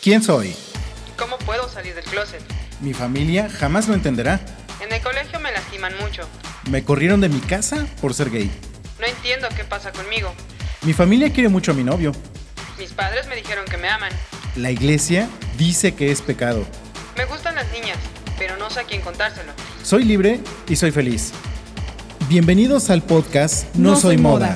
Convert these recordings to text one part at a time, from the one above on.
¿Quién soy? ¿Cómo puedo salir del closet? Mi familia jamás lo entenderá. En el colegio me lastiman mucho. Me corrieron de mi casa por ser gay. No entiendo qué pasa conmigo. Mi familia quiere mucho a mi novio. Mis padres me dijeron que me aman. La iglesia dice que es pecado. Me gustan las niñas, pero no sé a quién contárselo. Soy libre y soy feliz. Bienvenidos al podcast No Soy Moda.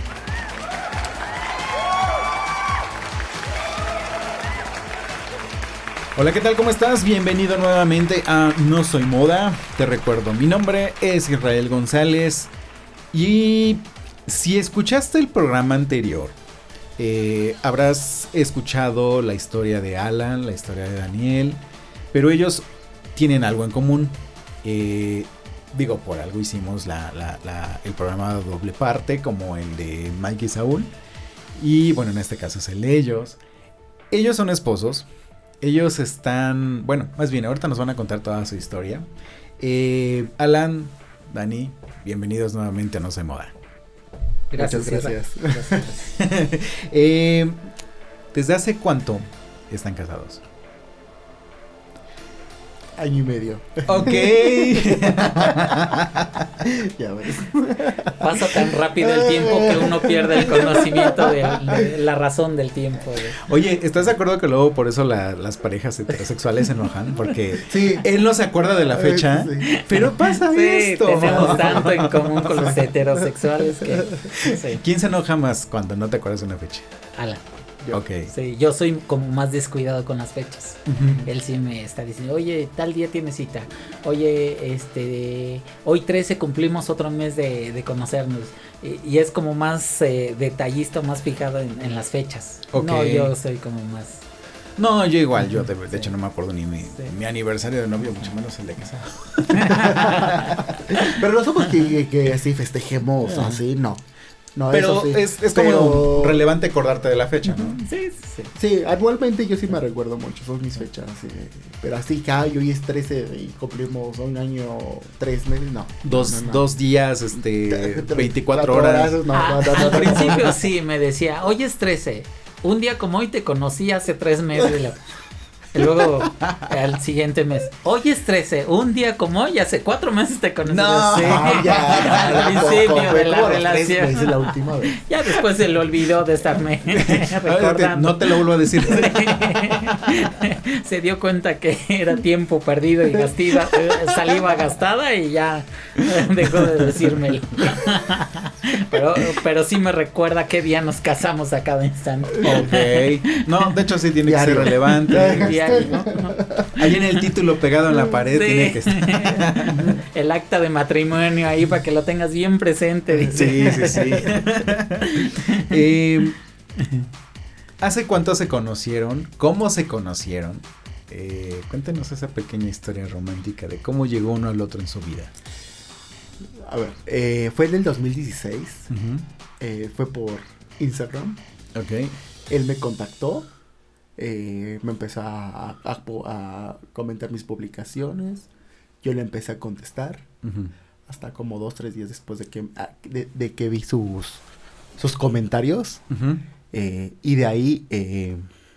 Hola, ¿qué tal? ¿Cómo estás? Bienvenido nuevamente a No Soy Moda. Te recuerdo, mi nombre es Israel González. Y si escuchaste el programa anterior, habrás escuchado la historia de Alan, la historia de Daniel, pero ellos tienen algo en común. Digo, por algo hicimos el programa doble parte, como el de Mike y Saúl. Y bueno, en este caso es el de ellos. Ellos son esposos. Ellos están, bueno, más bien ahorita nos van a contar toda su historia. Alan, Dani, bienvenidos nuevamente a No Soy Moda. Gracias. ¿Desde hace cuánto están casados? Año y medio. Ok. Ya ves. Pasa tan rápido el tiempo que uno pierde el conocimiento de la razón del tiempo. Oye, ¿estás de acuerdo que luego por eso las parejas heterosexuales se enojan? Porque sí, él no se acuerda de la fecha, sí. pero pasa esto. Tenemos tanto en común con los heterosexuales que... Sí. ¿Quién se enoja más cuando no te acuerdas de una fecha? Alan. Yo. Ok. Sí, yo soy como más descuidado con las fechas. Uh-huh. Él sí me está diciendo, oye, tal día tiene cita. Oye, hoy 13 cumplimos otro mes de conocernos. Y es como más detallista, más fijado en las fechas. Okay. No, yo soy como más... No, yo igual, yo de hecho no me acuerdo ni mi aniversario de novio, mucho menos el de casado. Pero no somos que así festejemos así, no. No, pero eso sí. es como relevante acordarte de la fecha, ¿no? Sí. Sí, anualmente yo sí me recuerdo mucho, son mis fechas. Sí. Pero así que hoy es 13 y cumplimos un año, 3 meses, no. Dos días, 24 horas. Al principio sí me decía, hoy es 13, un día como hoy te conocí hace 3 meses. Y luego al siguiente mes, hoy es 13, un día como hoy, hace 4 meses te conocí. No, sí. ya, Al principio de la relación. 3 meses la última vez. Ya después se le olvidó de estarme recordando. No te lo vuelvo a decir. Se dio cuenta que era tiempo perdido y saliva gastada y ya dejó de decírmelo. Pero sí me recuerda qué día nos casamos a cada instante. Ok. No, de hecho sí tiene que Diario. ser relevante. Diario. Ahí en el título pegado en la pared Sí. tiene que estar. El acta de matrimonio ahí para que lo tengas bien presente. Dice. Sí. ¿Hace cuánto se conocieron? ¿Cómo se conocieron? Cuéntenos esa pequeña historia romántica de cómo llegó uno al otro en su vida. A ver, fue en el 2016. Uh-huh. Fue por Instagram. Ok. Él me contactó. Me empezó a comentar mis publicaciones. Yo le empecé a contestar. Uh-huh. Hasta como 2-3 días después de que vi sus comentarios. Uh-huh. Y de ahí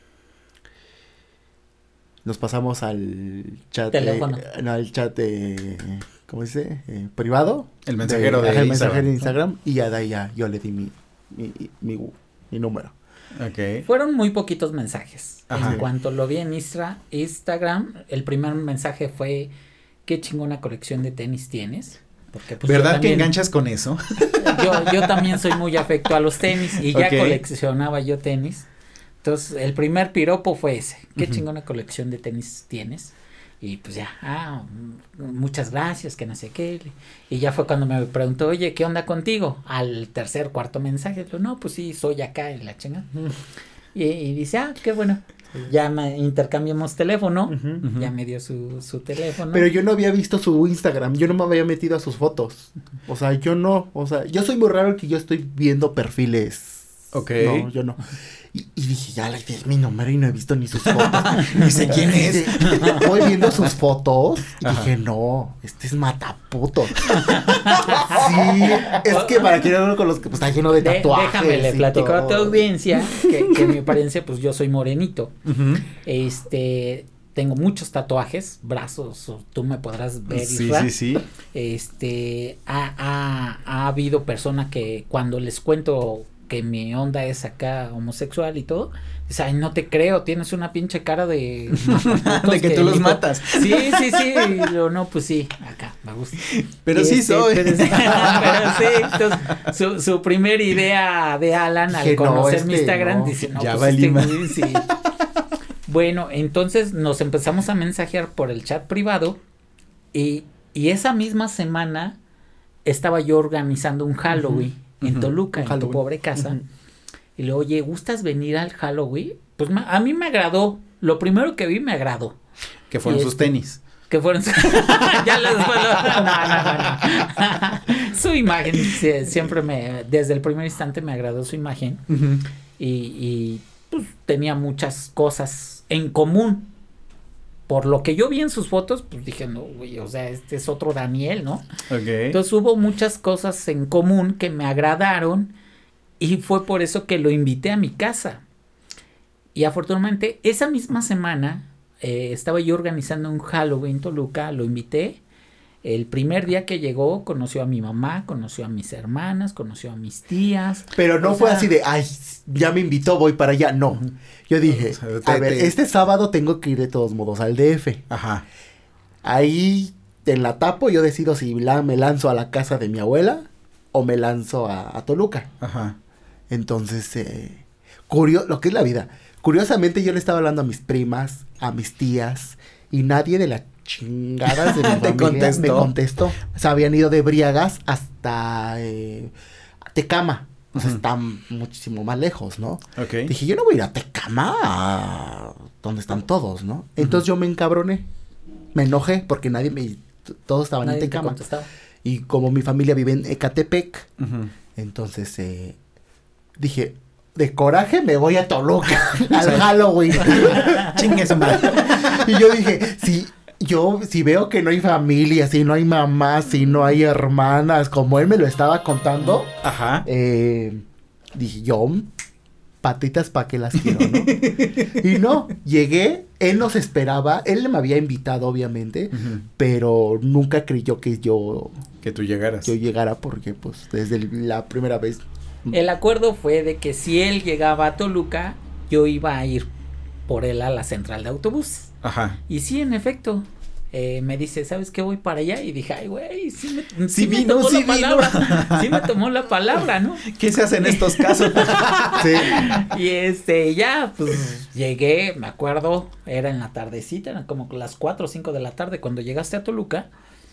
nos pasamos al chat. Teléfono. Al chat ¿cómo dice? Privado. El mensajero de el Instagram. mensajero de Instagram. Y ya de ahí yo le di mi número. Ok. Fueron muy poquitos mensajes. Ajá. En cuanto lo vi en Instagram, el primer mensaje fue, qué chingona colección de tenis tienes. Porque, pues, ¿Verdad también, que enganchas con eso? yo también soy muy afecto a los tenis y ya Ok. coleccionaba yo tenis. Entonces, el primer piropo fue ese. Qué Uh-huh. chingona colección de tenis tienes. Y pues ya, muchas gracias, que no sé qué. Y ya fue cuando me preguntó, oye, ¿qué onda contigo? Al tercer, cuarto mensaje, yo, no, pues sí, soy acá en la chingada. Y dice, qué bueno. Ya intercambiamos teléfono, Uh-huh. ya me dio su teléfono. Pero yo no había visto su Instagram, yo no me había metido a sus fotos. O sea, yo soy muy raro que yo estoy viendo perfiles Ok. No, yo no. Y dije, ya le di mi número y no he visto ni sus fotos. Ni sé quién es. Voy viendo sus fotos y Ajá. dije, no, este es mataputo. Sí, es que para que no con los que pues, está lleno de tatuajes. Déjame, le y platico a tu todo. audiencia que mi apariencia, pues yo soy morenito. Ujú. Tengo muchos tatuajes, brazos, tú me podrás ver, Sí, Isra. sí. Ha habido personas que cuando les cuento que mi onda es acá homosexual y todo, dice, ay, no te creo, tienes una pinche cara de... De que tú los matas. Sí, y yo, no, pues sí, acá, me gusta. Pero sí soy. Pero sí, entonces, su primera idea de Alan al Dije, no, conocer mi Instagram, no, dice, no, ya pues valí más. güey, sí. Bueno, entonces nos empezamos a mensajear por el chat privado y esa misma semana estaba yo organizando un Halloween en Toluca, en tu Halloween. pobre casa. Y le oye, ¿gustas venir al Halloween? Pues a mí me agradó. Lo primero que vi me agradó. Que fueron Y sus tenis. Que fueron ya les no. Su imagen siempre desde el primer instante me agradó su imagen. Ujú. Y pues tenía muchas cosas en común. Por lo que yo vi en sus fotos, pues dije, no, güey, o sea, este es otro Daniel, ¿no? Ok. Entonces hubo muchas cosas en común que me agradaron y fue por eso que lo invité a mi casa. Y afortunadamente esa misma semana estaba yo organizando un Halloween en Toluca, lo invité. El primer día que llegó conoció a mi mamá, conoció a mis hermanas, conoció a mis tías. Pero no O fue sea, así de, ay, ya me invitó, voy para allá. No. Yo dije, O sea, a ver, este sábado tengo que ir de todos modos al DF. Ajá. Ahí en la tapo yo decido si me lanzo a la casa de mi abuela o me lanzo a Toluca. Ajá. Entonces, lo que es la vida. Curiosamente yo le estaba hablando a mis primas, a mis tías, y nadie de las chingadas de mi Te familia contestó. me contestó. O sea, habían ido de Briagas hasta Tecama. O sea, Ujú. están muchísimo más lejos, ¿no? Ok. Dije, yo no voy a ir a Tecama, donde están todos, ¿no? Entonces yo me encabroné, me enojé porque todos estaban nadie en te Tecama. contestaba. Y como mi familia vive en Ecatepec, Ujú. entonces dije, de coraje me voy a Toluca al Halloween. Chingue su madre. Y yo dije, si veo que no hay familia, si no hay mamá, si no hay hermanas, como él me lo estaba contando, Ajá. dije, yo, patitas pa' que las quiero, ¿no? Y no, llegué, él nos esperaba, él me había invitado, obviamente, Ujú. pero nunca creyó que yo Que tú llegaras. llegara porque, pues, desde la primera vez. El acuerdo fue de que si él llegaba a Toluca, yo iba a ir por él a la central de autobús. Ajá. Y sí, en efecto, me dice, ¿sabes qué? Voy para allá. Y dije, ay, güey, sí me vino, tomó sí la vino. palabra. Sí me tomó la palabra, ¿no? ¿Qué se hace en estos casos? Sí. Y ya, pues, llegué, me acuerdo, era en la tardecita, eran como las 4 o 5 de la tarde, cuando llegaste a Toluca,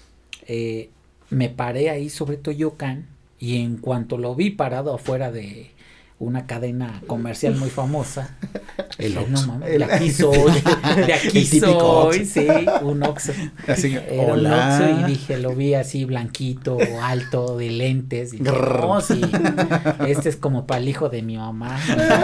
me paré ahí sobre Toyocan, y en cuanto lo vi parado afuera de una cadena comercial muy famosa, El dije, Oxxo. no mames, de aquí soy, de aquí El típico soy, Oxxo. sí, un Oxxo. Así que, Era un hola. Oxxo y dije, lo vi así blanquito, alto, de lentes, y dije, Grrr. no, sí, este es como para el hijo de mi mamá.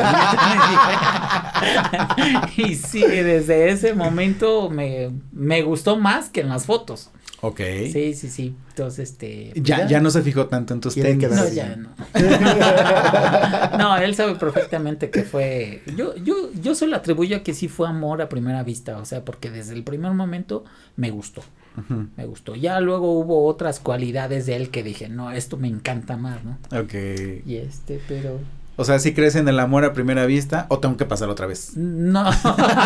Y sí, desde ese momento me gustó más que en las fotos. Ok. Sí. Entonces, Ya no se fijó tanto en tus Quiere tenis. quedar no, así. ya no. No, él sabe perfectamente que fue. Yo se lo atribuyo a que sí fue amor a primera vista. O sea, porque desde el primer momento me gustó. Ujú. Me gustó. Ya luego hubo otras cualidades de él que dije, no, esto me encanta más, ¿no? Ok. Y pero. O sea, ¿sí crees en el amor a primera vista o tengo que pasar otra vez? No. No,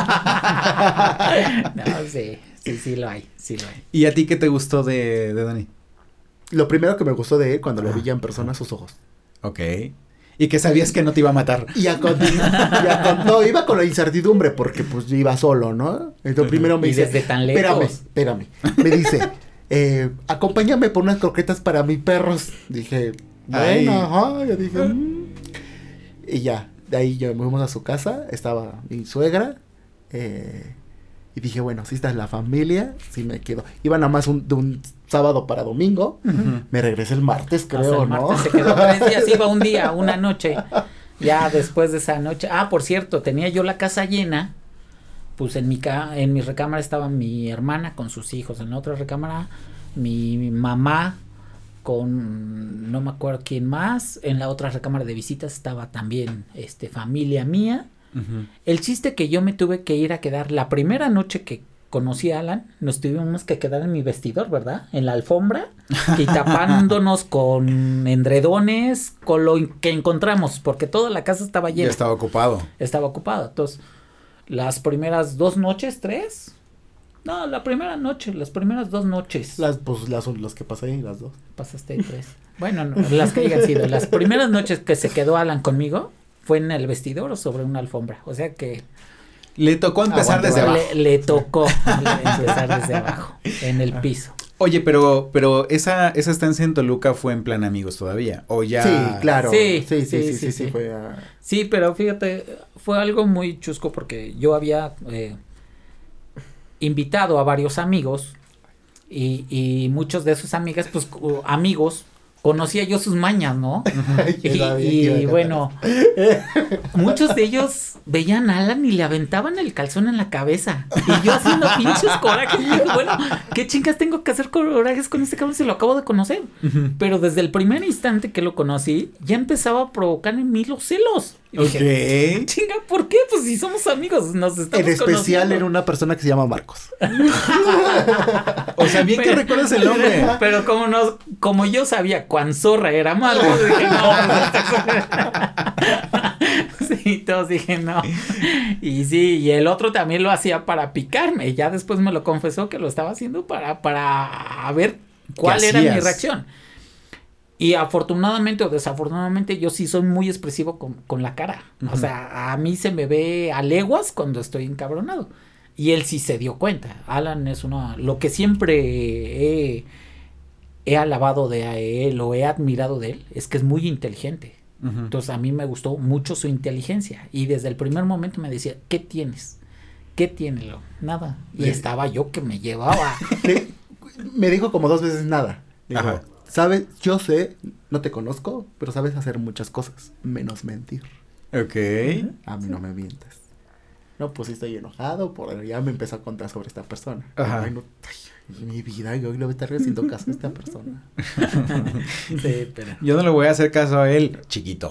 sí lo hay. ¿Y a ti qué te gustó de Dani? Lo primero que me gustó de él cuando lo vi ya en persona, sus ojos. Ok. Y que sabías que no te iba a matar. No, iba con la incertidumbre porque pues yo iba solo, ¿no? Entonces primero me Y dice, desde tan lejos. espérame. Me dice, acompáñame por unas croquetas para mis perros. Dije, Ay. bueno, ajá. Yo dije, Y ya, de ahí ya fuimos a su casa, estaba mi suegra, y dije, bueno, si esta es la familia, sí me quedo. Iba nada más de un sábado para domingo, Ujú. me regresé el martes, Hasta creo, el ¿no? martes se quedó 3 días, iba un día, una noche. Ya después de esa noche, por cierto, tenía yo la casa llena, pues en mi recámara estaba mi hermana con sus hijos, en la otra recámara mi mamá con no me acuerdo quién más, en la otra recámara de visitas estaba también familia mía. Uh-huh. El chiste que yo me tuve que ir a quedar la primera noche que conocí a Alan, nos tuvimos que quedar en mi vestidor, ¿verdad? En la alfombra y tapándonos con endredones, con lo que encontramos, porque toda la casa estaba llena. Ya estaba ocupado. Estaba ocupado. Entonces, las primeras 2 noches, 3. No, la primera noche, las primeras 2 noches. Las que pasé ahí, las 2. Pasaste 3. Bueno, no, las que hayan sido. Las primeras noches que se quedó Alan conmigo fue en el vestidor o sobre una alfombra. O sea que le tocó empezar desde abajo. Le tocó empezar desde abajo, en el piso. Oye, pero esa estancia en Toluca fue en plan amigos todavía, o ya. Sí, claro. Sí, fue Sí, pero fíjate, fue algo muy chusco porque yo había invitado a varios amigos y muchos de sus amigas, pues amigos, conocía yo sus mañas, ¿no? y bueno, muchos de ellos veían a Alan y le aventaban el calzón en la cabeza. Y yo haciendo pinches corajes. Y dije, bueno, ¿qué chingas tengo que hacer corajes con este cabrón si lo acabo de conocer? Uh-huh. Pero desde el primer instante que lo conocí, ya empezaba a provocar en mí los celos. Y dije, chinga, ¿por qué? Pues si somos amigos, nos estamos En especial conociendo. Era una persona que se llama Marcos. O sea, bien que recuerdas el nombre. Pero como yo sabía cuán zorra era Marcos, dije, no. Sí, todos dije, no. Y sí, y el otro también lo hacía para picarme. Ya después me lo confesó que lo estaba haciendo para ver cuál era mi reacción. Y afortunadamente o desafortunadamente yo sí soy muy expresivo con la cara. Uh-huh. O sea, a mí se me ve a leguas cuando estoy encabronado. Y él sí se dio cuenta. Alan es lo que siempre he alabado de él o he admirado de él es que es muy inteligente. Uh-huh. Entonces a mí me gustó mucho su inteligencia. Y desde el primer momento me decía, ¿qué tienes? ¿Qué tiene lo? Nada. Y estaba yo que me llevaba. Me dijo como 2 veces nada. Dijo, sabes, yo sé, no te conozco, pero sabes hacer muchas cosas, menos mentir. Ok. A mí no me mientes. No, pues sí estoy enojado, ya me empezó a contar sobre esta persona. Ajá. Mi vida, yo le voy a estar haciendo caso a esta persona. Sí, pero... Yo no le voy a hacer caso a él, chiquito.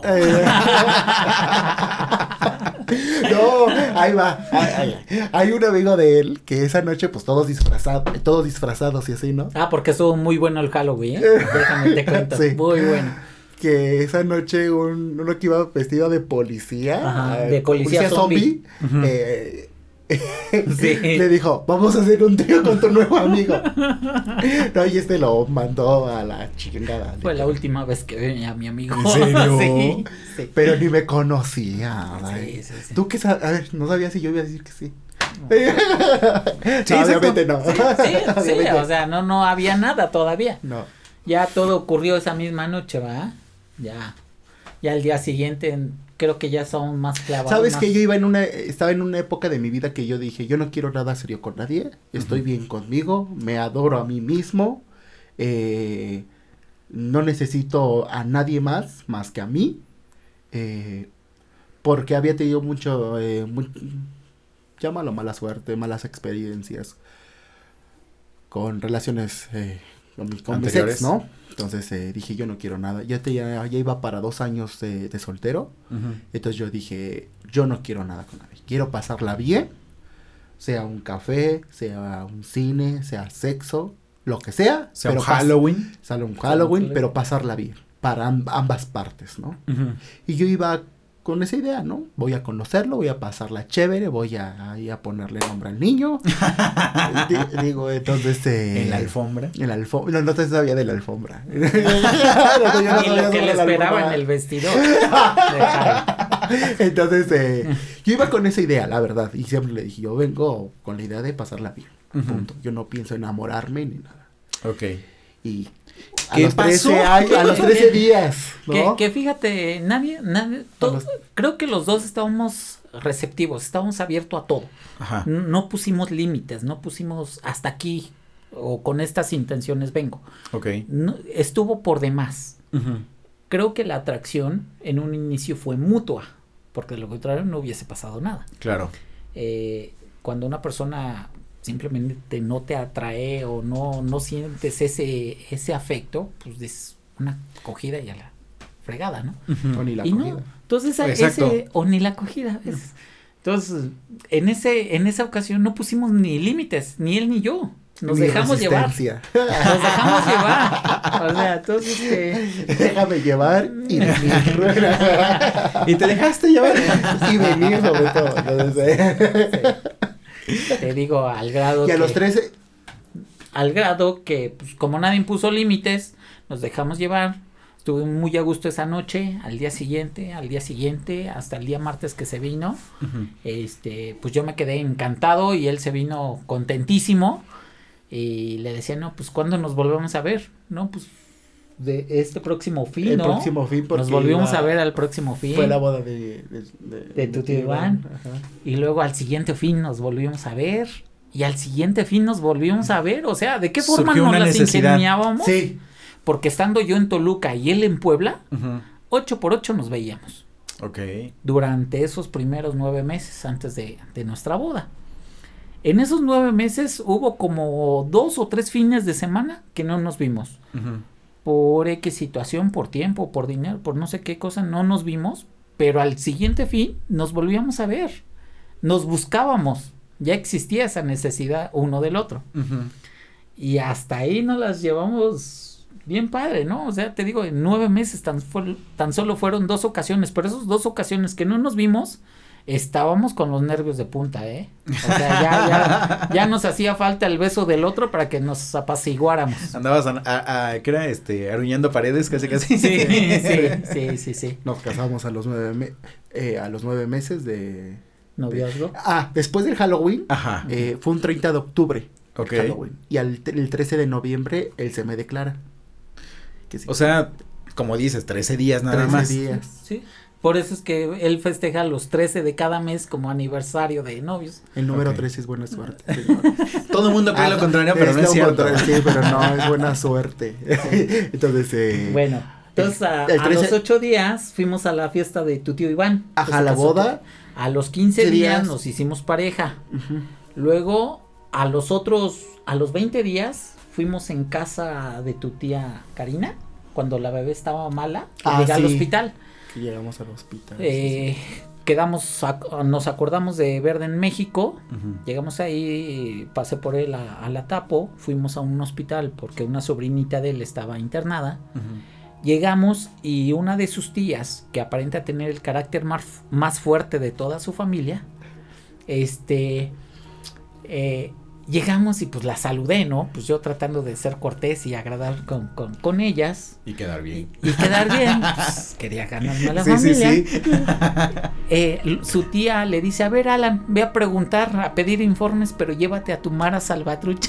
No, ahí va. Hay un amigo de él que esa noche, pues todos disfrazados y así, ¿no? Porque estuvo muy bueno el Halloween, Déjame te cuento. Sí. Muy bueno. Que esa noche uno que iba vestido de policía. De policía zombie. Uh-huh. Sí. Le dijo, vamos a hacer un trío con tu nuevo amigo. No, y lo mandó a la chingada. Fue la última vez que vi a mi amigo. ¿En serio? Sí. Pero ni me conocía. Sí. ¿Tú qué sabes? A ver, no sabía si yo iba a decir que sí. Sí, obviamente no. Sí, o sea, no había nada todavía. No. Ya todo ocurrió esa misma noche, ¿va? Ya el día siguiente creo que ya son más clavados. ¿Sabes que yo estaba en una época de mi vida que yo dije, yo no quiero nada serio con nadie, estoy bien conmigo, me adoro a mí mismo, no necesito a nadie más que a mí, porque había tenido llámalo mala suerte, malas experiencias con relaciones con mis ex, ¿no? Entonces dije, yo no quiero nada. Ya iba para 2 años de soltero. Uh-huh. Entonces yo dije, yo no quiero nada con nadie. Quiero pasarla bien. Sea un café, sea un cine, sea sexo, lo que sea. Sea un Halloween. Pero pasarla bien. Para ambas partes, ¿no? Uh-huh. Y yo iba con esa idea, ¿no? Voy a conocerlo, voy a pasarla chévere, voy a ponerle nombre al niño. Digo, entonces... ¿En la alfombra? No te sabía de la alfombra. Y lo que le esperaba en el vestidor. Entonces, yo iba con esa idea, la verdad. Y siempre le dije, yo vengo con la idea de pasarla bien. Uh-huh. Punto. Yo no pienso enamorarme ni nada. Ok. Y... A los 13 días, ¿no? Que fíjate, nadie, creo que los dos estábamos receptivos, estábamos abiertos a todo. Ajá. No pusimos límites, no pusimos hasta aquí o con estas intenciones vengo. Okay. No, estuvo por demás. Uh-huh. creo que la atracción en un inicio fue mutua, porque de lo contrario no hubiese pasado nada. Claro. Cuando una persona simplemente no te atrae o no sientes ese afecto, pues es una acogida y a la fregada, ¿no? O ni la Y acogida. no, entonces Exacto. o ni la acogida. Entonces, en esa ocasión no pusimos ni límites, ni él ni yo. Nos Ni dejamos llevar. resistencia. Nos dejamos llevar. O sea, entonces Déjame llevar y venir. ¿Y te dejaste llevar? Y venir sobre todo. Entonces, te digo, al grado y a los 13, al grado que, pues, como nadie impuso límites, nos dejamos llevar. Estuve muy a gusto esa noche, al día siguiente, hasta el día martes que se vino. Pues yo me quedé encantado y él se vino contentísimo. Y le decía, no, pues, ¿cuándo nos volvemos a ver? No, pues, de este próximo fin, el ¿no? próximo fin, porque Nos volvimos a ver al próximo fin. fue la boda de tu tío Iván. Ajá. Y luego al siguiente fin nos volvimos a ver. Y al siguiente fin nos volvimos a ver. O sea, ¿de qué forma Surgió nos una las necesidad. ingeniábamos? Sí. Porque estando yo en Toluca y él en Puebla, Ujú. 8 por 8 nos veíamos. Ok. Durante esos primeros 9 meses antes de nuestra boda. En esos 9 meses hubo como 2 o 3 fines de semana que no nos vimos. Ujú. Por X situación, por tiempo, por dinero, por no sé qué cosa, no nos vimos. Pero al siguiente fin nos volvíamos a ver. Nos buscábamos. Ya existía esa necesidad uno del otro. Ujú. Y hasta ahí nos las llevamos bien padre, ¿no? O sea, te digo, en 9 meses tan solo fueron 2 ocasiones. Pero esas 2 ocasiones que no nos vimos, estábamos con los nervios de punta, ¿eh? O sea, ya nos hacía falta el beso del otro para que nos apaciguáramos. Andabas ¿qué era? Aruñando paredes, casi. Sí. Nos casamos a los 9 meses de Noviazgo. después del Halloween. Ajá. Fue un 30 de octubre. Ok. Halloween. Y el 13 de noviembre él se me declara. Que sí. O sea, como dices, 13 días nada 13 más. días. Sí. Por eso es que él festeja los 13 de cada mes como aniversario de novios. El número Ok. 13 es buena suerte. señor. Todo el mundo cree lo contrario, pero no es lo cierto. contrario, sí, pero no, es buena suerte. Entonces, Bueno, entonces a 13 los 8 días fuimos a la fiesta de tu tío Iván. Ajá, Que se la casó. boda. A los 15 días días. nos hicimos pareja. Ujú. Luego, a los 20 días, fuimos en casa de tu tía Karina, cuando la bebé estaba mala, que llegué al sí. hospital. Que llegamos al hospital. Nos acordamos de verla en México. Ujú. Llegamos ahí, pasé por él a la Tapo, fuimos a un hospital porque una sobrinita de él estaba internada. Ujú. Llegamos y una de sus tías, que aparenta tener el carácter más fuerte de toda su familia, llegamos y pues la saludé, ¿no? Pues yo tratando de ser cortés y agradar con ellas. Y quedar bien. Y quedar bien, pues, quería ganarme a la Sí. familia. Su tía le dice, a ver, Alan, ve a preguntar, a pedir informes, pero llévate a tu Mara Salvatrucha.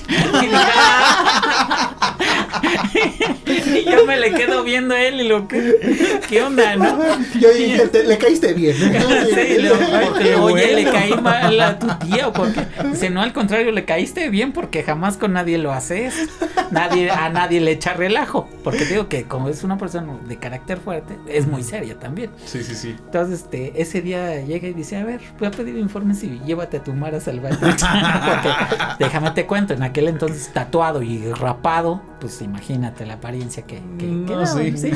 Y yo me le quedo viendo a él y lo que, ¿qué onda, no? Yo dije, le caíste bien. Sí, Qué oye, le bueno. caí mal a tu tía, ¿o por qué? Dice, no, al contrario, le caíste bien porque jamás con nadie lo haces. A nadie le echa relajo. Porque digo que como es una persona de carácter fuerte, es muy seria también. Sí. Entonces, ese día llega y dice, a ver, voy a pedir informes y llévate a tu Mara Salvatrucha. Porque déjame te cuento, en aquel entonces tatuado y rapado, pues imagínate la apariencia que No, daba, sí. ¿sí?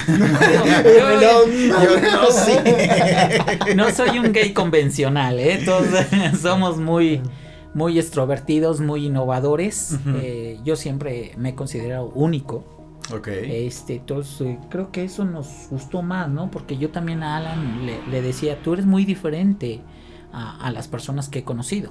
Yo no sé. No soy un gay convencional, todos somos muy extrovertidos, muy innovadores. Ujú. Yo siempre me he considerado único. Ok. Entonces creo que eso nos gustó más, ¿no? Porque yo también a Alan le decía, tú eres muy diferente a las personas que he conocido.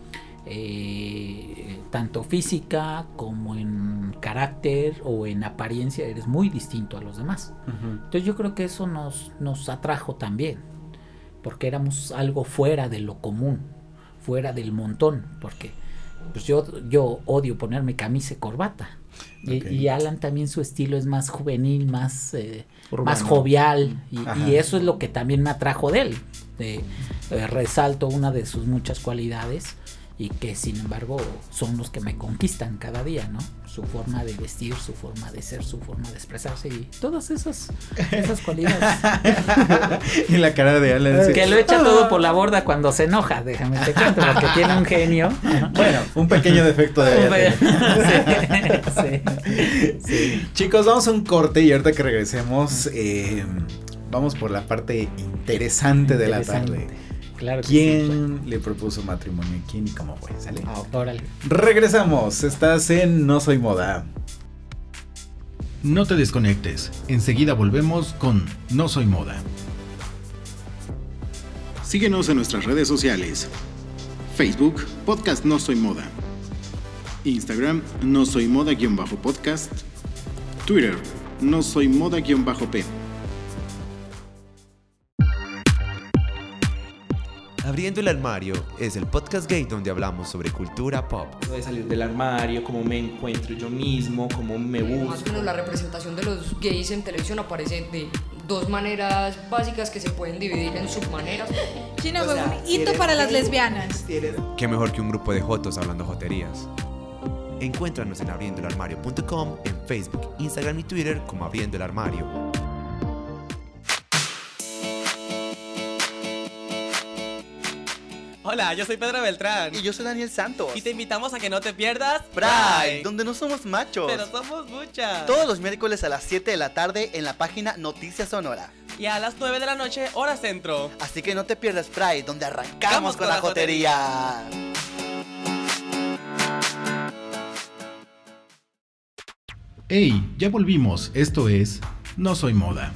Tanto física como en carácter o en apariencia eres muy distinto a los demás. Ujú. Entonces yo creo que eso nos atrajo también, porque éramos algo fuera de lo común, fuera del montón, porque pues yo odio ponerme camisa y corbata. Ok. Y Alan también su estilo es más juvenil, más Urbano. jovial, Ajá. y eso es lo que también me atrajo de él. Resalto una de sus muchas cualidades, y que sin embargo son los que me conquistan cada día, ¿no? Su forma de vestir, su forma de ser, su forma de expresarse y todas esas cualidades. Y la cara de Alan. Que lo echa todo por la borda cuando se enoja, déjame te cuento, porque tiene un genio. Bueno, un pequeño defecto de sí. Chicos, vamos a un corte y ahorita que regresemos, vamos por la parte interesante de la tarde. Claro que ¿Quién le propuso matrimonio? ¿Quién y cómo fue? ¿Sale? Órale. Regresamos, estás en No Soy Moda. No te desconectes, enseguida volvemos con No Soy Moda. Síguenos en nuestras redes sociales. Facebook, Podcast No Soy Moda. Instagram, No Soy Moda-podcast. Twitter, No Soy Moda-p. Abriendo el Armario es el podcast gay donde hablamos sobre cultura pop. De salir del armario, cómo me encuentro yo mismo, cómo me busco. Más o menos la representación de los gays en televisión aparece de dos maneras básicas que se pueden dividir en submaneras. Chino fue un hito para las lesbianas. Qué mejor que un grupo de jotos hablando joterías. Encuéntranos en abriendoelarmario.com, en Facebook, Instagram y Twitter como Abriendo el Armario. Hola, yo soy Pedro Beltrán. Y yo soy Daniel Santos. Y te invitamos a que no te pierdas Pride, donde no somos machos, pero somos muchas. Todos los miércoles a las 7 de la tarde en la página Noticias Sonora. Y a las 9 de la noche, hora centro. Así que no te pierdas Pride, donde arrancamos con la jotería. Hey, ya volvimos, esto es No Soy Moda.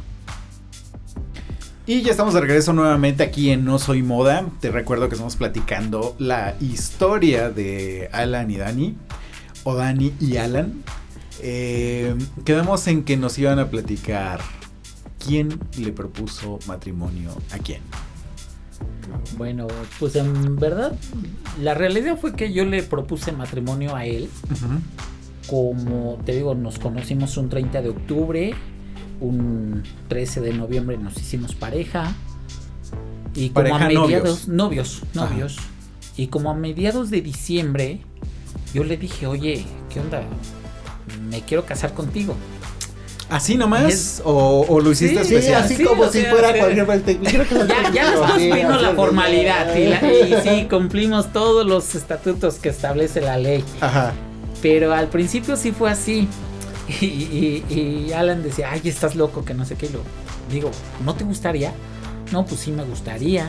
Y ya estamos de regreso nuevamente aquí en No Soy Moda. Te recuerdo que estamos platicando la historia de Alan y Dani, o Dani y Alan. Quedamos en que nos iban a platicar quién le propuso matrimonio a quién. Bueno, pues en verdad, la realidad fue que yo le propuse matrimonio a él. Como te digo, nos conocimos un 30 de octubre. Un 13 de noviembre nos hicimos pareja. Y como pareja, a mediados, novios. Ajá. Y como a mediados de diciembre, yo le dije, oye, ¿qué onda? Me quiero casar contigo. ¿Así nomás? ¿O lo hiciste Sí, especial? así Sí, como o si sea, fuera sí. cualquier parte. Ya después vino la formalidad y sí, cumplimos todos los estatutos que establece la ley. Ajá. Pero al principio sí fue así. Y Alan decía, ay, estás loco, que no sé qué. Lo digo, ¿no te gustaría? No, pues sí me gustaría.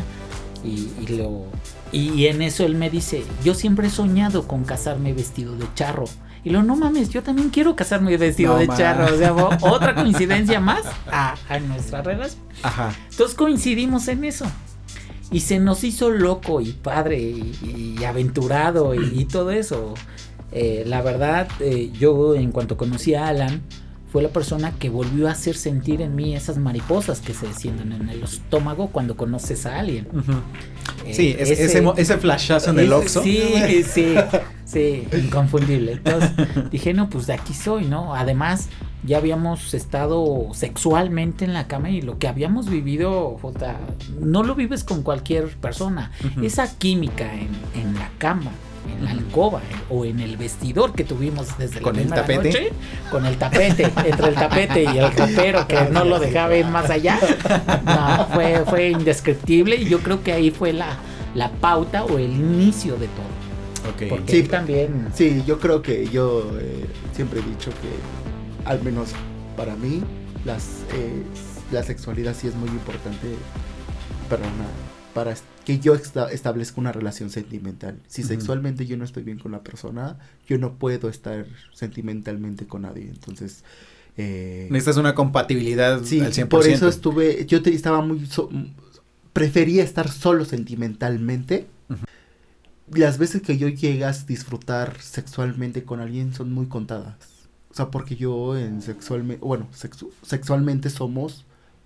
Y en eso él me dice, yo siempre he soñado con casarme vestido de charro. Y lo, no mames, yo también quiero casarme vestido de charro. O sea, otra coincidencia más a nuestra relación. Ajá. Entonces coincidimos en eso. Y se nos hizo loco y padre y aventurado y todo eso. La verdad, yo en cuanto conocí a Alan, fue la persona que volvió a hacer sentir en mí esas mariposas que se descienden en el estómago cuando conoces a alguien. Sí, ese flashazo en el Oxxo. Sí, inconfundible. Entonces dije, no, pues de aquí soy, ¿no? Además, ya habíamos estado sexualmente en la cama y lo que habíamos vivido, Jota, no lo vives con cualquier persona. Esa química en la cama, en la alcoba o en el vestidor que tuvimos desde ¿Con la el primera tapete? noche, con el tapete, entre el tapete y el ropero que no lo dejaba ir más allá. No, fue indescriptible y yo creo que ahí fue la pauta o el inicio de todo. Ok. Porque Sí, él también. Sí, yo creo que yo siempre he dicho que, al menos para mí, la sexualidad sí es muy importante para que yo establezca una relación sentimental. Si sexualmente yo no estoy bien con la persona, yo no puedo estar sentimentalmente con nadie. Entonces, necesitas una compatibilidad sí, al 100%. por eso estaba muy prefería estar solo sentimentalmente. Las veces que yo llegas a disfrutar sexualmente con alguien son muy contadas. O sea, porque yo sexualmente somos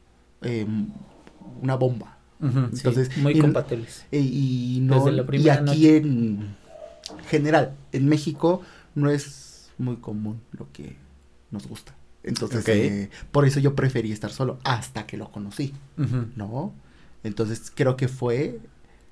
una bomba. Entonces, sí, muy compatibles. Y Desde la aquí en general, en México, no es muy común lo que nos gusta. Entonces, por eso yo preferí estar solo hasta que lo conocí, ¿no? Entonces, creo que fue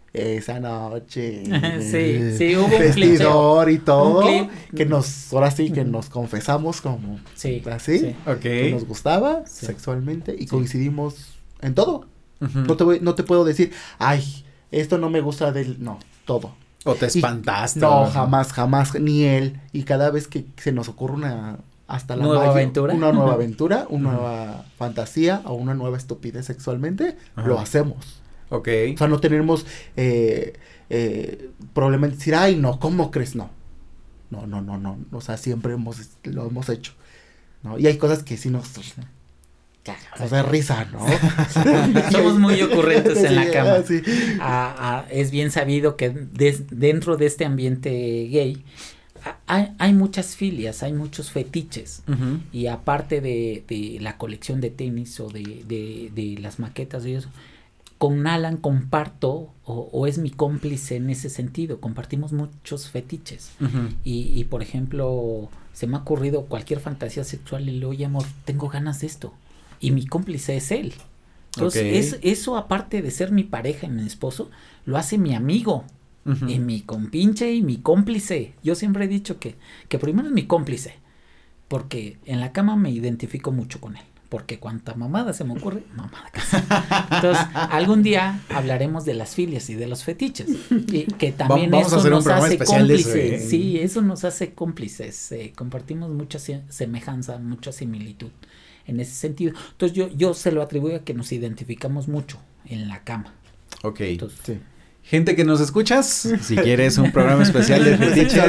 esa noche. Sí, hubo un vestidor y todo. Un clip. Que ahora sí que nos confesamos como así. Sí. Ok. Que nos gustaba sexualmente y coincidimos en todo. No te puedo decir, ay, esto no me gusta de él. No, todo. O te espantaste. No, jamás, ni él. Y cada vez que se nos ocurre una nueva aventura, una nueva fantasía o una nueva estupidez sexualmente, lo hacemos. Ok. O sea, no tenemos problema en decir, ay, no, ¿cómo crees? No. O sea, siempre lo hemos hecho, ¿no? Y hay cosas que sí nos da risa, ¿no? Somos muy ocurrentes en la cama. Sí. Es bien sabido que dentro de este ambiente gay hay muchas filias, hay muchos fetiches. Y aparte de la colección de tenis o de las maquetas y eso, con Alan comparto o es mi cómplice en ese sentido. Compartimos muchos fetiches. Y por ejemplo, se me ha ocurrido cualquier fantasía sexual y le digo, oye amor, tengo ganas de esto. Y mi cómplice es él. Entonces, eso aparte de ser mi pareja y mi esposo, lo hace mi amigo. Y mi compinche y mi cómplice. Yo siempre he dicho que primero es mi cómplice. Porque en la cama me identifico mucho con él. Porque cuanta mamada se me ocurre, mamada casi. Entonces, algún día hablaremos de las filias y de los fetiches. Y que también vamos eso nos hace cómplices. De eso, Sí, eso nos hace cómplices. Compartimos mucha semejanza, mucha similitud en ese sentido. Entonces, yo se lo atribuyo a que nos identificamos mucho en la cama. Ok. Entonces, sí. Gente que nos escuchas, si quieres un programa especial de fetiches,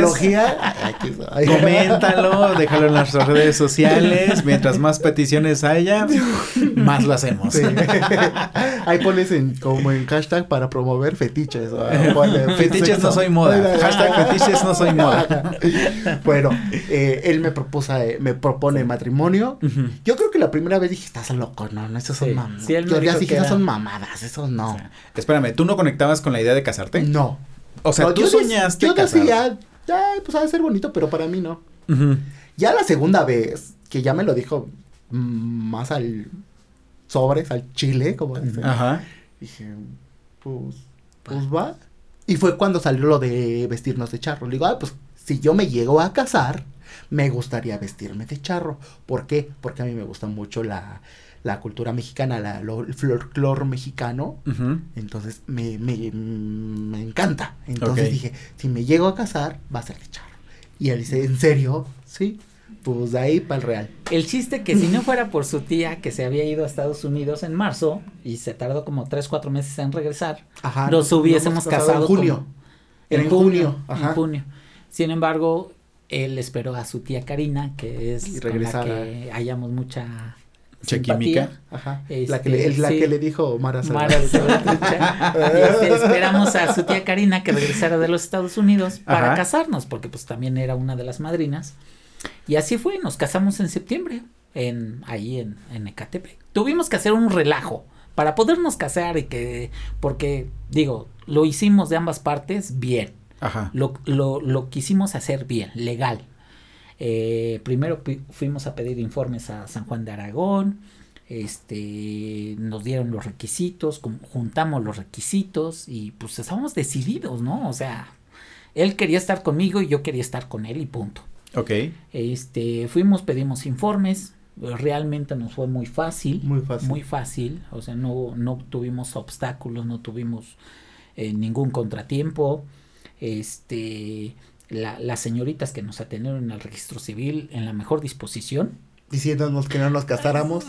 coméntalo, déjalo en nuestras redes sociales. Mientras más peticiones haya, más lo hacemos. Sí. Ahí pones como en hashtag para promover fetiches. Fetiches no soy moda. Hashtag fetiches no soy moda. Bueno, él me propone matrimonio. Yo creo que la primera vez dije, estás loco, no, esas son mamadas. Sí, yo ya dije, esas son mamadas, eso no. O sea, espérame, ¿tú no conectabas con la idea de casarte? No. O sea, tú soñaste yo decía, pues ha de ser bonito, pero para mí no. Ya la segunda vez, que ya me lo dijo más al chile, como dicen. Dije, pues va. Y fue cuando salió lo de vestirnos de charro. Le digo, pues si yo me llego a casar, me gustaría vestirme de charro. ¿Por qué? Porque a mí me gusta mucho la cultura mexicana, el folclore mexicano. Entonces me encanta. Entonces dije, si me llego a casar, va a ser de charro. Y él dice, ¿en serio? Sí. Pues de ahí para el real. El chiste que si no fuera por su tía que se había ido a Estados Unidos en marzo y se tardó como 3-4 meses en regresar, nos hubiésemos casado en junio. En junio. Sin embargo, él esperó a su tía Karina, que es con la que hayamos mucha química. La que le dijo Mara esperamos a su tía Karina que regresara de los Estados Unidos para casarnos, porque pues también era una de las madrinas. Y así fue, nos casamos en septiembre, ahí en Ecatepec. Tuvimos que hacer un relajo para podernos casar porque digo, lo hicimos de ambas partes bien. Lo quisimos hacer bien, legal. Primero fuimos a pedir informes a San Juan de Aragón, nos dieron los requisitos, juntamos los requisitos y pues estábamos decididos, ¿no? O sea, él quería estar conmigo y yo quería estar con él y punto. Pedimos informes, realmente nos fue muy fácil, o sea, no tuvimos obstáculos, no tuvimos ningún contratiempo. Las señoritas que nos atendieron en el registro civil en la mejor disposición, diciéndonos que no nos casáramos.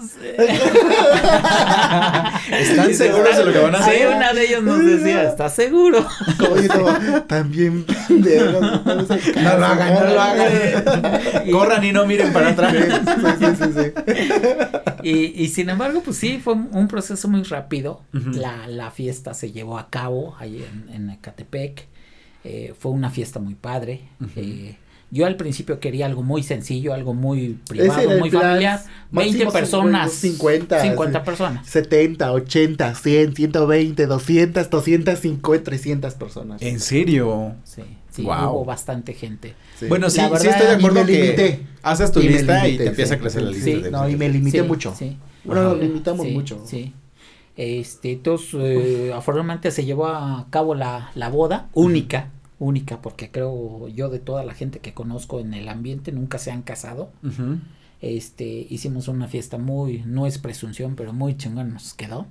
¿Están seguros de lo que van a hacer? Sí, una de ellas nos decía, ¿estás seguro? También no lo hagan. Corran y no miren para atrás. Y sin embargo, pues sí, fue un proceso muy rápido. La fiesta se llevó a cabo ahí en Ecatepec. Fue una fiesta muy padre. Yo al principio quería algo muy sencillo, algo muy privado, muy familiar. 20 personas. 50 personas. 70, 80, 100, 120, 200, 250, 300 personas. ¿En serio? Sí, hubo bastante gente. Sí. Bueno, sí estoy de acuerdo que haces tu lista y te empieza a crecer la lista. Y me limité mucho. Sí. Bueno, nos limitamos mucho. Sí. Entonces, afortunadamente se llevó a cabo la boda única, porque creo yo de toda la gente que conozco en el ambiente nunca se han casado. Hicimos una fiesta no es presunción, pero muy chingón nos quedó.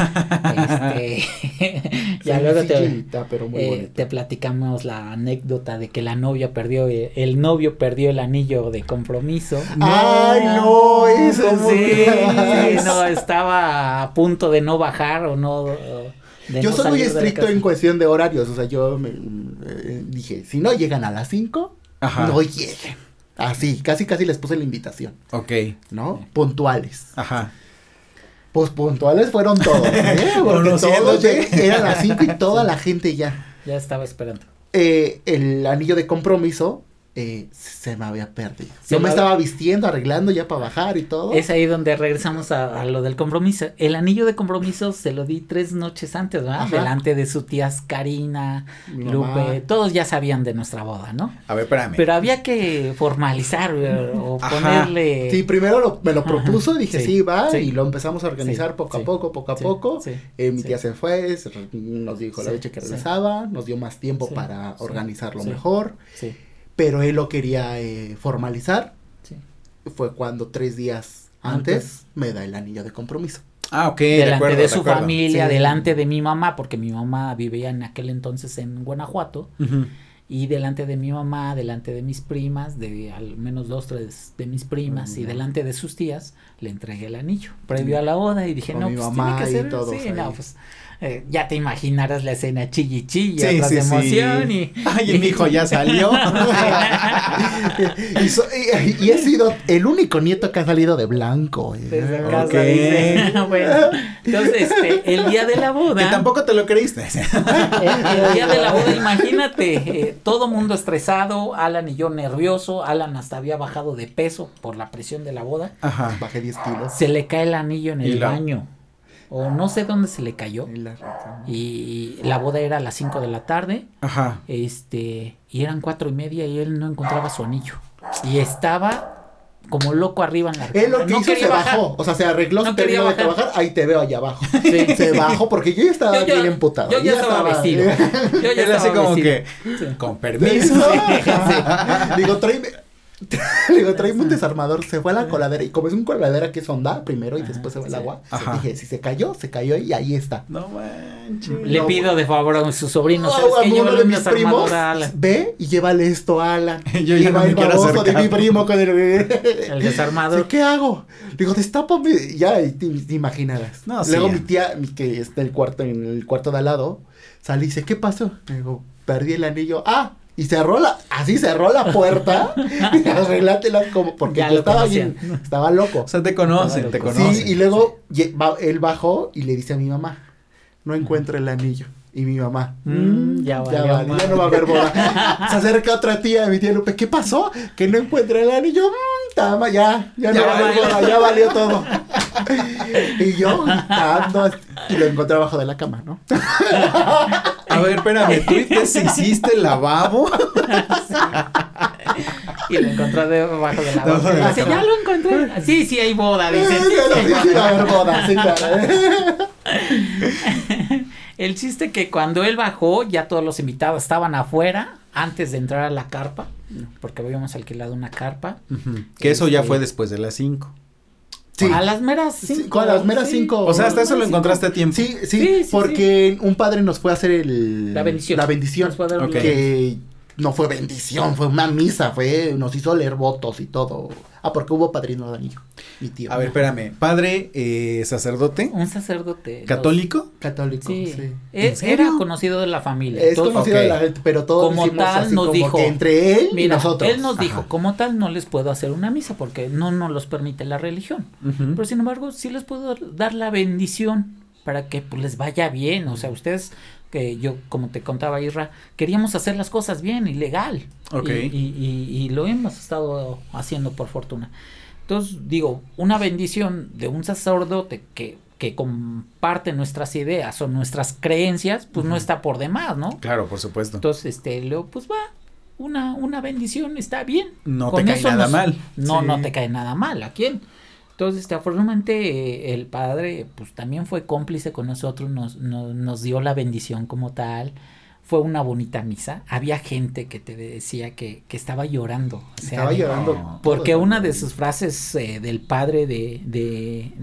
Ya luego te platicamos la anécdota de que el novio perdió el anillo de compromiso. ¡Ay, no! Eso sí, no, estaba a punto de no bajar o no. Yo soy muy estricto en cuestión de horarios, o sea, yo dije, si no llegan a las 5, no lleguen. Así, casi les puse la invitación. Ok. ¿No? Puntuales. Ajá. Pues puntuales fueron todos, porque todos eran las 5 y toda la gente ya estaba esperando. El anillo de compromiso se me había perdido. Yo me estaba vistiendo, arreglando ya para bajar y todo. Es ahí donde regresamos a lo del compromiso. El anillo de compromiso se lo di 3 noches antes, ¿verdad? Ajá. Delante de su tías Karina, Lupe, todos ya sabían de nuestra boda, ¿no? A ver, espérame. Pero había que formalizar o ponerle. Sí, primero me lo propuso, dije sí, va, y lo empezamos a organizar poco a poco. Mi tía se fue, nos dijo la fecha que regresaba, nos dio más tiempo para organizarlo mejor. Sí. Pero él lo quería formalizar. Sí. Fue cuando 3 días antes me da el anillo de compromiso. Ah, ok. Delante de su familia, delante de mi mamá, porque mi mamá vivía en aquel entonces en Guanajuato. Y delante de mi mamá, delante de mis primas, de al menos 2, 3 de mis primas, y delante de sus tías, le entregué el anillo previo a la boda y dije, con no, mi pues mamá tiene que ser, y todos sí, ahí. No, pues ya te imaginarás la escena chilli, atrás de emoción y mi hijo ya salió. y he sido el único nieto que ha salido de blanco. Desde casa, dice. Bueno, entonces, el día de la boda. Que tampoco te lo creíste. El día de la boda, imagínate, todo mundo estresado, Alan y yo nervioso, Alan hasta había bajado de peso por la presión de la boda. Ajá. Bajé 10 kilos. Se le cae el anillo en el baño. O no sé dónde se le cayó. Y la boda era a las 5 de la tarde. Ajá. Y eran 4:30 y él no encontraba su anillo. Y estaba como loco arriba en la Él lo que hizo se bajó. O sea, se arregló, se terminó de trabajar. Ahí te veo allá abajo. Sí. Se bajó porque yo ya estaba bien emputado. Yo ya estaba vestido. Yo ya estaba así como vestido. Que, con permiso. Digo, tráeme un desarmador. Se fue a la coladera. Y como es un coladera que es honda primero y después se va el agua. Dije, si se cayó y ahí está. No manches. Le pido de favor a sus sobrinos. ¿Sabes qué? Llévale un desarmador a Alan. Ve y llévale esto a Alan. Yo ya no me quiero acercar. De mi primo con el desarmador. ¿Qué hago? Digo, destápame. Ya, te imaginarás. No, luego mi tía, que está en el cuarto de al lado, sale y dice, ¿qué pasó? Digo, perdí el anillo. Y cerró la puerta y arreglátela como porque yo estaba loco. O sea, te conocen. Sí, y luego él bajó y le dice a mi mamá, no encuentro el anillo. Y mi mamá, ya no va a haber boda. Se acerca otra tía de mi tía Lupe, ¿qué pasó? Que no encuentra el anillo. Tama, ya no va a haber boda, ya valió todo. Y yo, y lo encontré abajo de la cama, ¿no? A ver, espérame, ¿tú hiciste el lavabo? Y lo encontró debajo del lavabo. Ya lo encontré. Sí, hay boda, dice. Sí, va a haber boda, sí, claro. El chiste que cuando él bajó, ya todos los invitados estaban afuera antes de entrar a la carpa, porque habíamos alquilado una carpa. Que eso ya fue después de las 5. Sí. A las meras 5. A las meras 5. O sea, hasta eso lo encontraste a tiempo. Sí, porque un padre nos fue a hacer la bendición. Nos fue a dar que no fue bendición, fue una misa, nos hizo leer votos y todo. Porque hubo padrino de anillo, mi tío. A ver, espérame, padre, sacerdote. Un sacerdote. ¿Católico? Católico, sí. Era conocido de la familia. Es conocido de la gente, pero todos como tal así, nos como dijo, que entre él y nosotros. Él nos dijo, como tal no les puedo hacer una misa porque no nos los permite la religión. Pero sin embargo, sí les puedo dar la bendición para que pues, les vaya bien. O sea, ustedes, que yo, como te contaba Isra, queríamos hacer las cosas bien y legal. Y lo hemos estado haciendo por fortuna. Entonces, digo, una bendición de un sacerdote que comparte nuestras ideas o nuestras creencias, pues no está por demás, ¿no? Claro, por supuesto. Entonces, luego, pues va, una bendición está bien. No te cae nada mal. No te cae nada mal. ¿A quién? Entonces, afortunadamente el padre pues también fue cómplice con nosotros, nos dio la bendición como tal. Fue una bonita misa. Había gente que te decía que estaba llorando. O sea, Estaba llorando. porque una de sus frases del padre de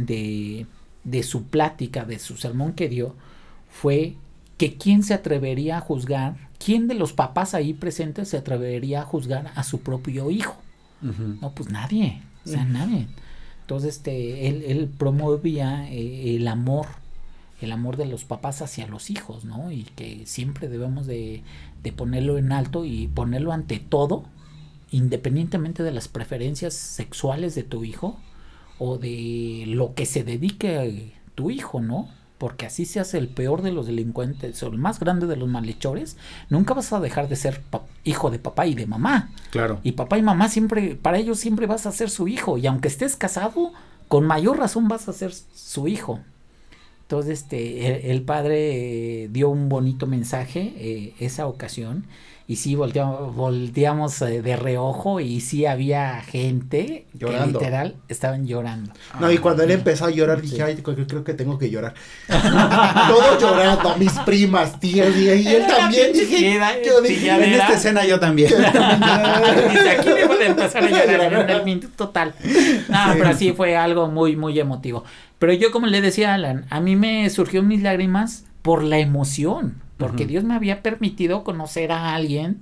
su plática, de su sermón que dio, fue que quién se atrevería a juzgar, quién de los papás ahí presentes se atrevería a juzgar a su propio hijo. No, pues nadie, o sea, nadie. Entonces, él promovía el amor de los papás hacia los hijos, ¿no? Y que siempre debemos de ponerlo en alto y ponerlo ante todo, independientemente de las preferencias sexuales de tu hijo o de lo que se dedique tu hijo, ¿no? Porque así seas el peor de los delincuentes o el más grande de los malhechores, nunca vas a dejar de ser hijo de papá y de mamá. Claro. Y papá y mamá siempre, para ellos siempre vas a ser su hijo. Y aunque estés casado, con mayor razón vas a ser su hijo. Entonces, el padre dio un bonito mensaje esa ocasión. Y sí, volteamos de reojo y sí había gente llorando. Que literal estaban llorando. No, y cuando él empezó a llorar dije, ay, creo que tengo que llorar. Todos llorando, mis primas, tías, y él también. Dije, yo dije, en esta escena yo también. Dice, aquí debo de empezar a llorar en el minuto total. No, pero sí fue algo muy, muy emotivo. Pero yo, como le decía a Alan, a mí me surgió mis lágrimas por la emoción. Porque Dios me había permitido conocer a alguien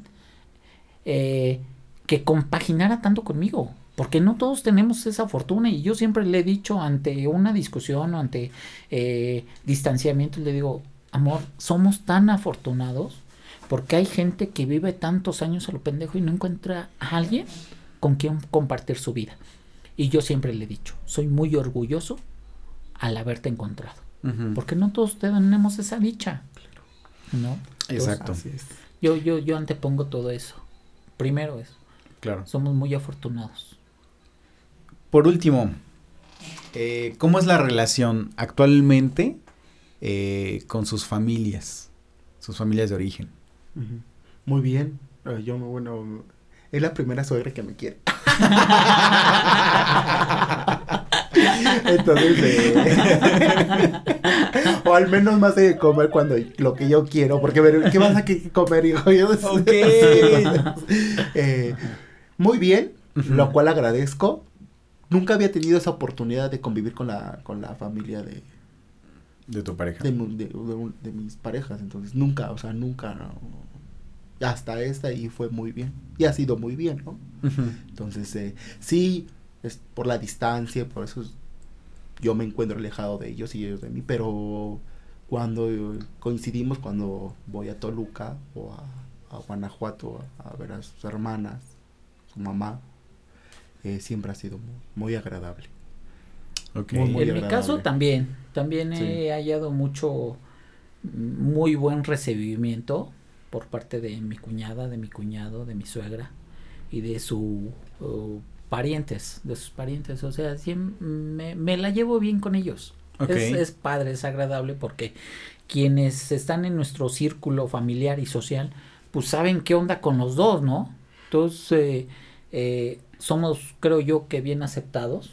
que compaginara tanto conmigo. Porque no todos tenemos esa fortuna. Y yo siempre le he dicho ante una discusión o ante distanciamiento, le digo, amor, somos tan afortunados porque hay gente que vive tantos años a lo pendejo y no encuentra a alguien con quien compartir su vida. Y yo siempre le he dicho, soy muy orgulloso al haberte encontrado. Porque no todos tenemos esa dicha. ¿No? Exacto. Entonces, yo antepongo todo eso. Primero eso. Claro. Somos muy afortunados. Por último, ¿cómo es la relación actualmente con sus familias de origen? Muy bien. Bueno, es la primera suegra que me quiere. Entonces, o al menos más de comer cuando lo que yo quiero, porque ¿qué vas a comer, hijo? Yo, okay. Muy bien, lo cual agradezco. Nunca había tenido esa oportunidad de convivir con la familia de tu pareja, de mis parejas, entonces nunca, no. Hasta esta y fue muy bien y ha sido muy bien, ¿no? Entonces sí, es por la distancia, por eso yo me encuentro alejado de ellos y ellos de mí, pero cuando coincidimos, cuando voy a Toluca o a Guanajuato a ver a sus hermanas, su mamá, siempre ha sido muy agradable. Okay. Muy en agradable. Mi caso también Sí. he hallado muy buen recibimiento por parte de mi cuñada, de mi cuñado, de mi suegra y de sus parientes, o sea, me la llevo bien con ellos. Okay. Es padre, es agradable porque quienes están en nuestro círculo familiar y social, pues saben qué onda con los dos, ¿no? Entonces, somos, creo yo, que bien aceptados,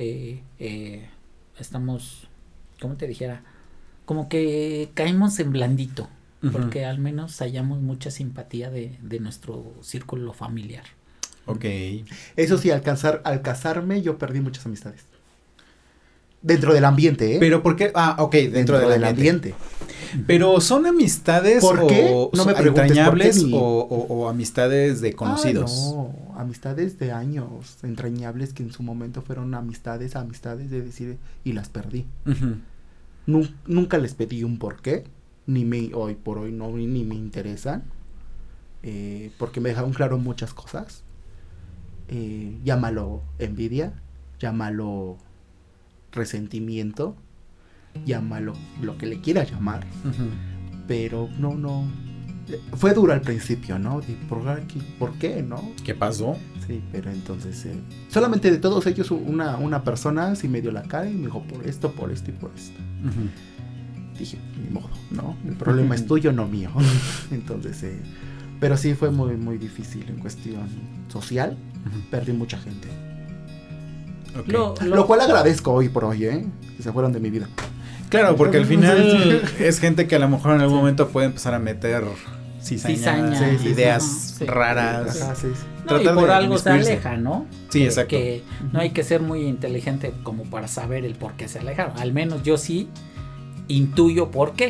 estamos, ¿cómo te dijera? Como que caemos en blandito, porque al menos hallamos mucha simpatía de nuestro círculo familiar. Ok. Eso sí, al casarme yo perdí muchas amistades. Dentro del ambiente, ¿eh? Pero ¿por qué? Ok, dentro del ambiente. Pero ¿son amistades ¿Por qué? No me preguntes entrañables por qué o amistades de conocidos? No, amistades de años, entrañables que en su momento fueron amistades de decir, y las perdí. Nunca les pedí un por qué, hoy por hoy ni me interesan, porque me dejaron claro muchas cosas. Llámalo envidia, llámalo resentimiento, llámalo lo que le quieras llamar, pero no fue duro al principio, ¿no? ¿Por qué, no? ¿Qué pasó? Sí, pero entonces solamente de todos ellos una persona sí me dio la cara y me dijo por esto y por esto. Dije, ni modo, ¿no? El problema es tuyo, no mío. Entonces, pero sí fue muy, muy difícil en cuestión social. Perdí mucha gente. Okay. Lo cual agradezco hoy por hoy, que se fueron de mi vida. Claro, porque al final es gente que a lo mejor en algún momento puede empezar a meter cizañas, ideas raras. No, y por algo se aleja, ¿no? Sí, exacto. Que no hay que ser muy inteligente como para saber el por qué se alejaron. Al menos yo sí intuyo por qué.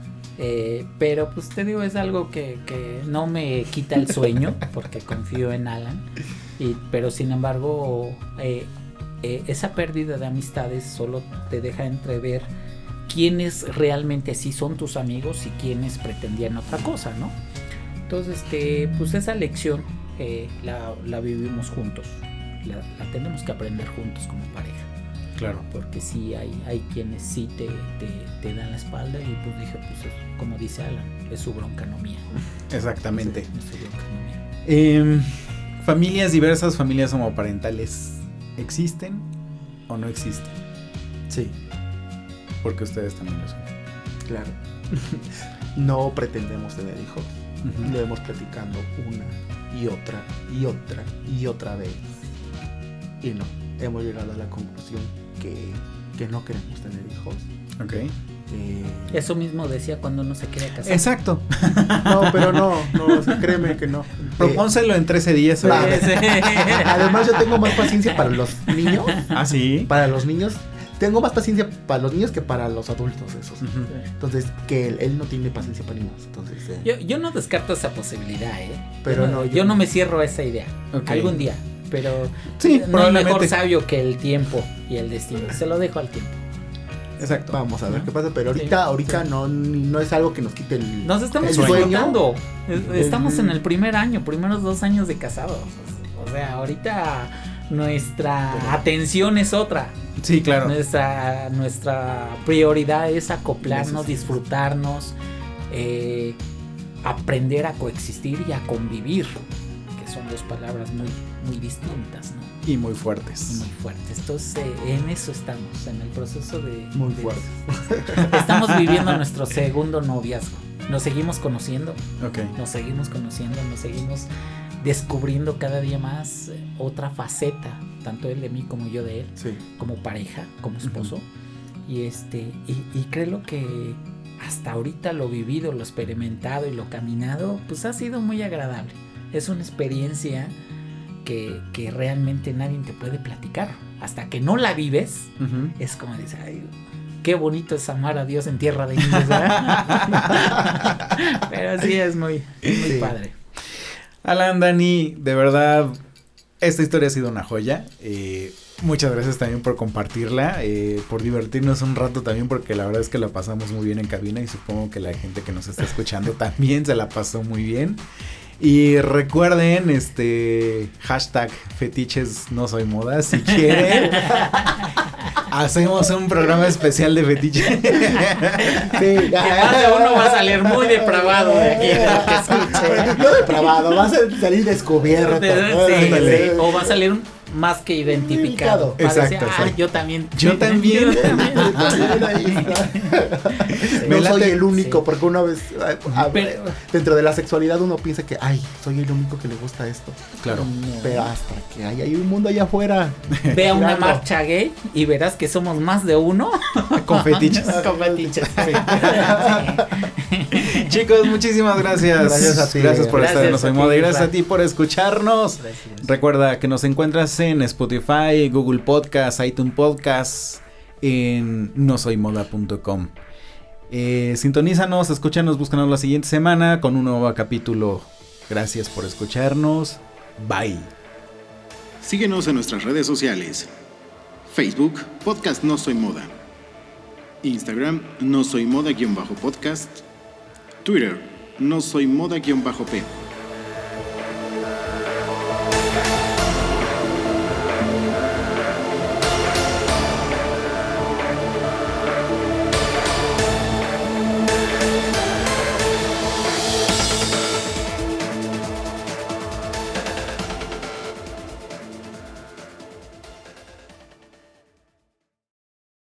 Pero pues te digo, es algo que no me quita el sueño porque confío en Alan. Pero sin embargo, esa pérdida de amistades solo te deja entrever quiénes realmente sí son tus amigos y quiénes pretendían otra cosa, ¿no? Entonces, pues esa lección la vivimos juntos, la tenemos que aprender juntos como pareja. Claro. Porque sí hay quienes sí te dan la espalda y pues dije, pues como dice Alan, es su bronca, no mía. Exactamente. Sí, es su bronca, no mía. Familias diversas, familias homoparentales, ¿existen o no existen? Sí. Porque ustedes también lo son. Claro. No pretendemos tener hijos. Lo hemos platicando una y otra y otra y otra vez. Y no, hemos llegado a la conclusión que no queremos tener hijos. Ok. Eso mismo decía cuando no se quería casar. Exacto. No, pero no, créeme que no. Propónselo en 13 días. Además, yo tengo más paciencia para los niños. ¿Ah, sí? Para los niños. Tengo más paciencia para los niños que para los adultos esos. Entonces, que él no tiene paciencia para niños. Entonces, yo no descarto esa posibilidad, Pero yo no me cierro a esa idea. Okay. Algún día. Pero sí, no hay mejor sabio que el tiempo y el destino. Se lo dejo al tiempo. Exacto. Vamos a ver qué pasa, pero ahorita no es algo que nos quite el Nos estamos disfrutando. Estamos en el primeros 2 años de casados. O sea, ahorita nuestra atención es otra. Sí, claro. Nuestra prioridad es acoplarnos, disfrutarnos, aprender a coexistir y a convivir, que son 2 palabras muy, muy distintas, ¿no? Y muy fuertes. Entonces, en eso estamos, en el proceso de... Muy fuertes. Estamos viviendo nuestro segundo noviazgo. Nos seguimos conociendo. Okay. Nos seguimos descubriendo cada día más otra faceta, tanto él de mí como yo de él, como pareja, como esposo. Y creo que hasta ahorita lo vivido, lo experimentado y lo caminado, pues ha sido muy agradable. Es una experiencia que realmente nadie te puede platicar. Hasta que no la vives, es como dices, ay, qué bonito es amar a Dios en tierra de indios, ¿verdad? Pero sí es muy padre. Alan, Dani, de verdad, esta historia ha sido una joya. Muchas gracias también por compartirla, por divertirnos un rato también, porque la verdad es que la pasamos muy bien en cabina y supongo que la gente que nos está escuchando también se la pasó muy bien. Y recuerden, hashtag fetiches no soy moda, si quieren. Hacemos un programa especial de fetiche. Sí, que más de uno va a salir muy depravado de aquí, de lo que escuche. No depravado, va a salir descubierto. Sí, o va a salir más que identificado. Exacto. Yo también. Yo también. No soy el único, porque una vez dentro de la sexualidad uno piensa que, soy el único que le gusta esto. Claro. Pero hasta que hay un mundo allá afuera. Ve a una marcha gay y verás que somos más de uno. Con fetiches. Con fetiches. Chicos, muchísimas gracias. Gracias a ti. Gracias por estar en No Soy Moda y gracias a ti por escucharnos. Gracias. Recuerda que nos encuentras en Spotify, Google Podcast, iTunes Podcast, en nosoymoda.com. Sintonízanos, escúchanos, búscanos la siguiente semana con un nuevo capítulo. Gracias por escucharnos. Bye. Síguenos en nuestras redes sociales. Facebook, Podcast No Soy Moda. Instagram, No Soy Moda-podcast. Twitter, No Soy Moda-p.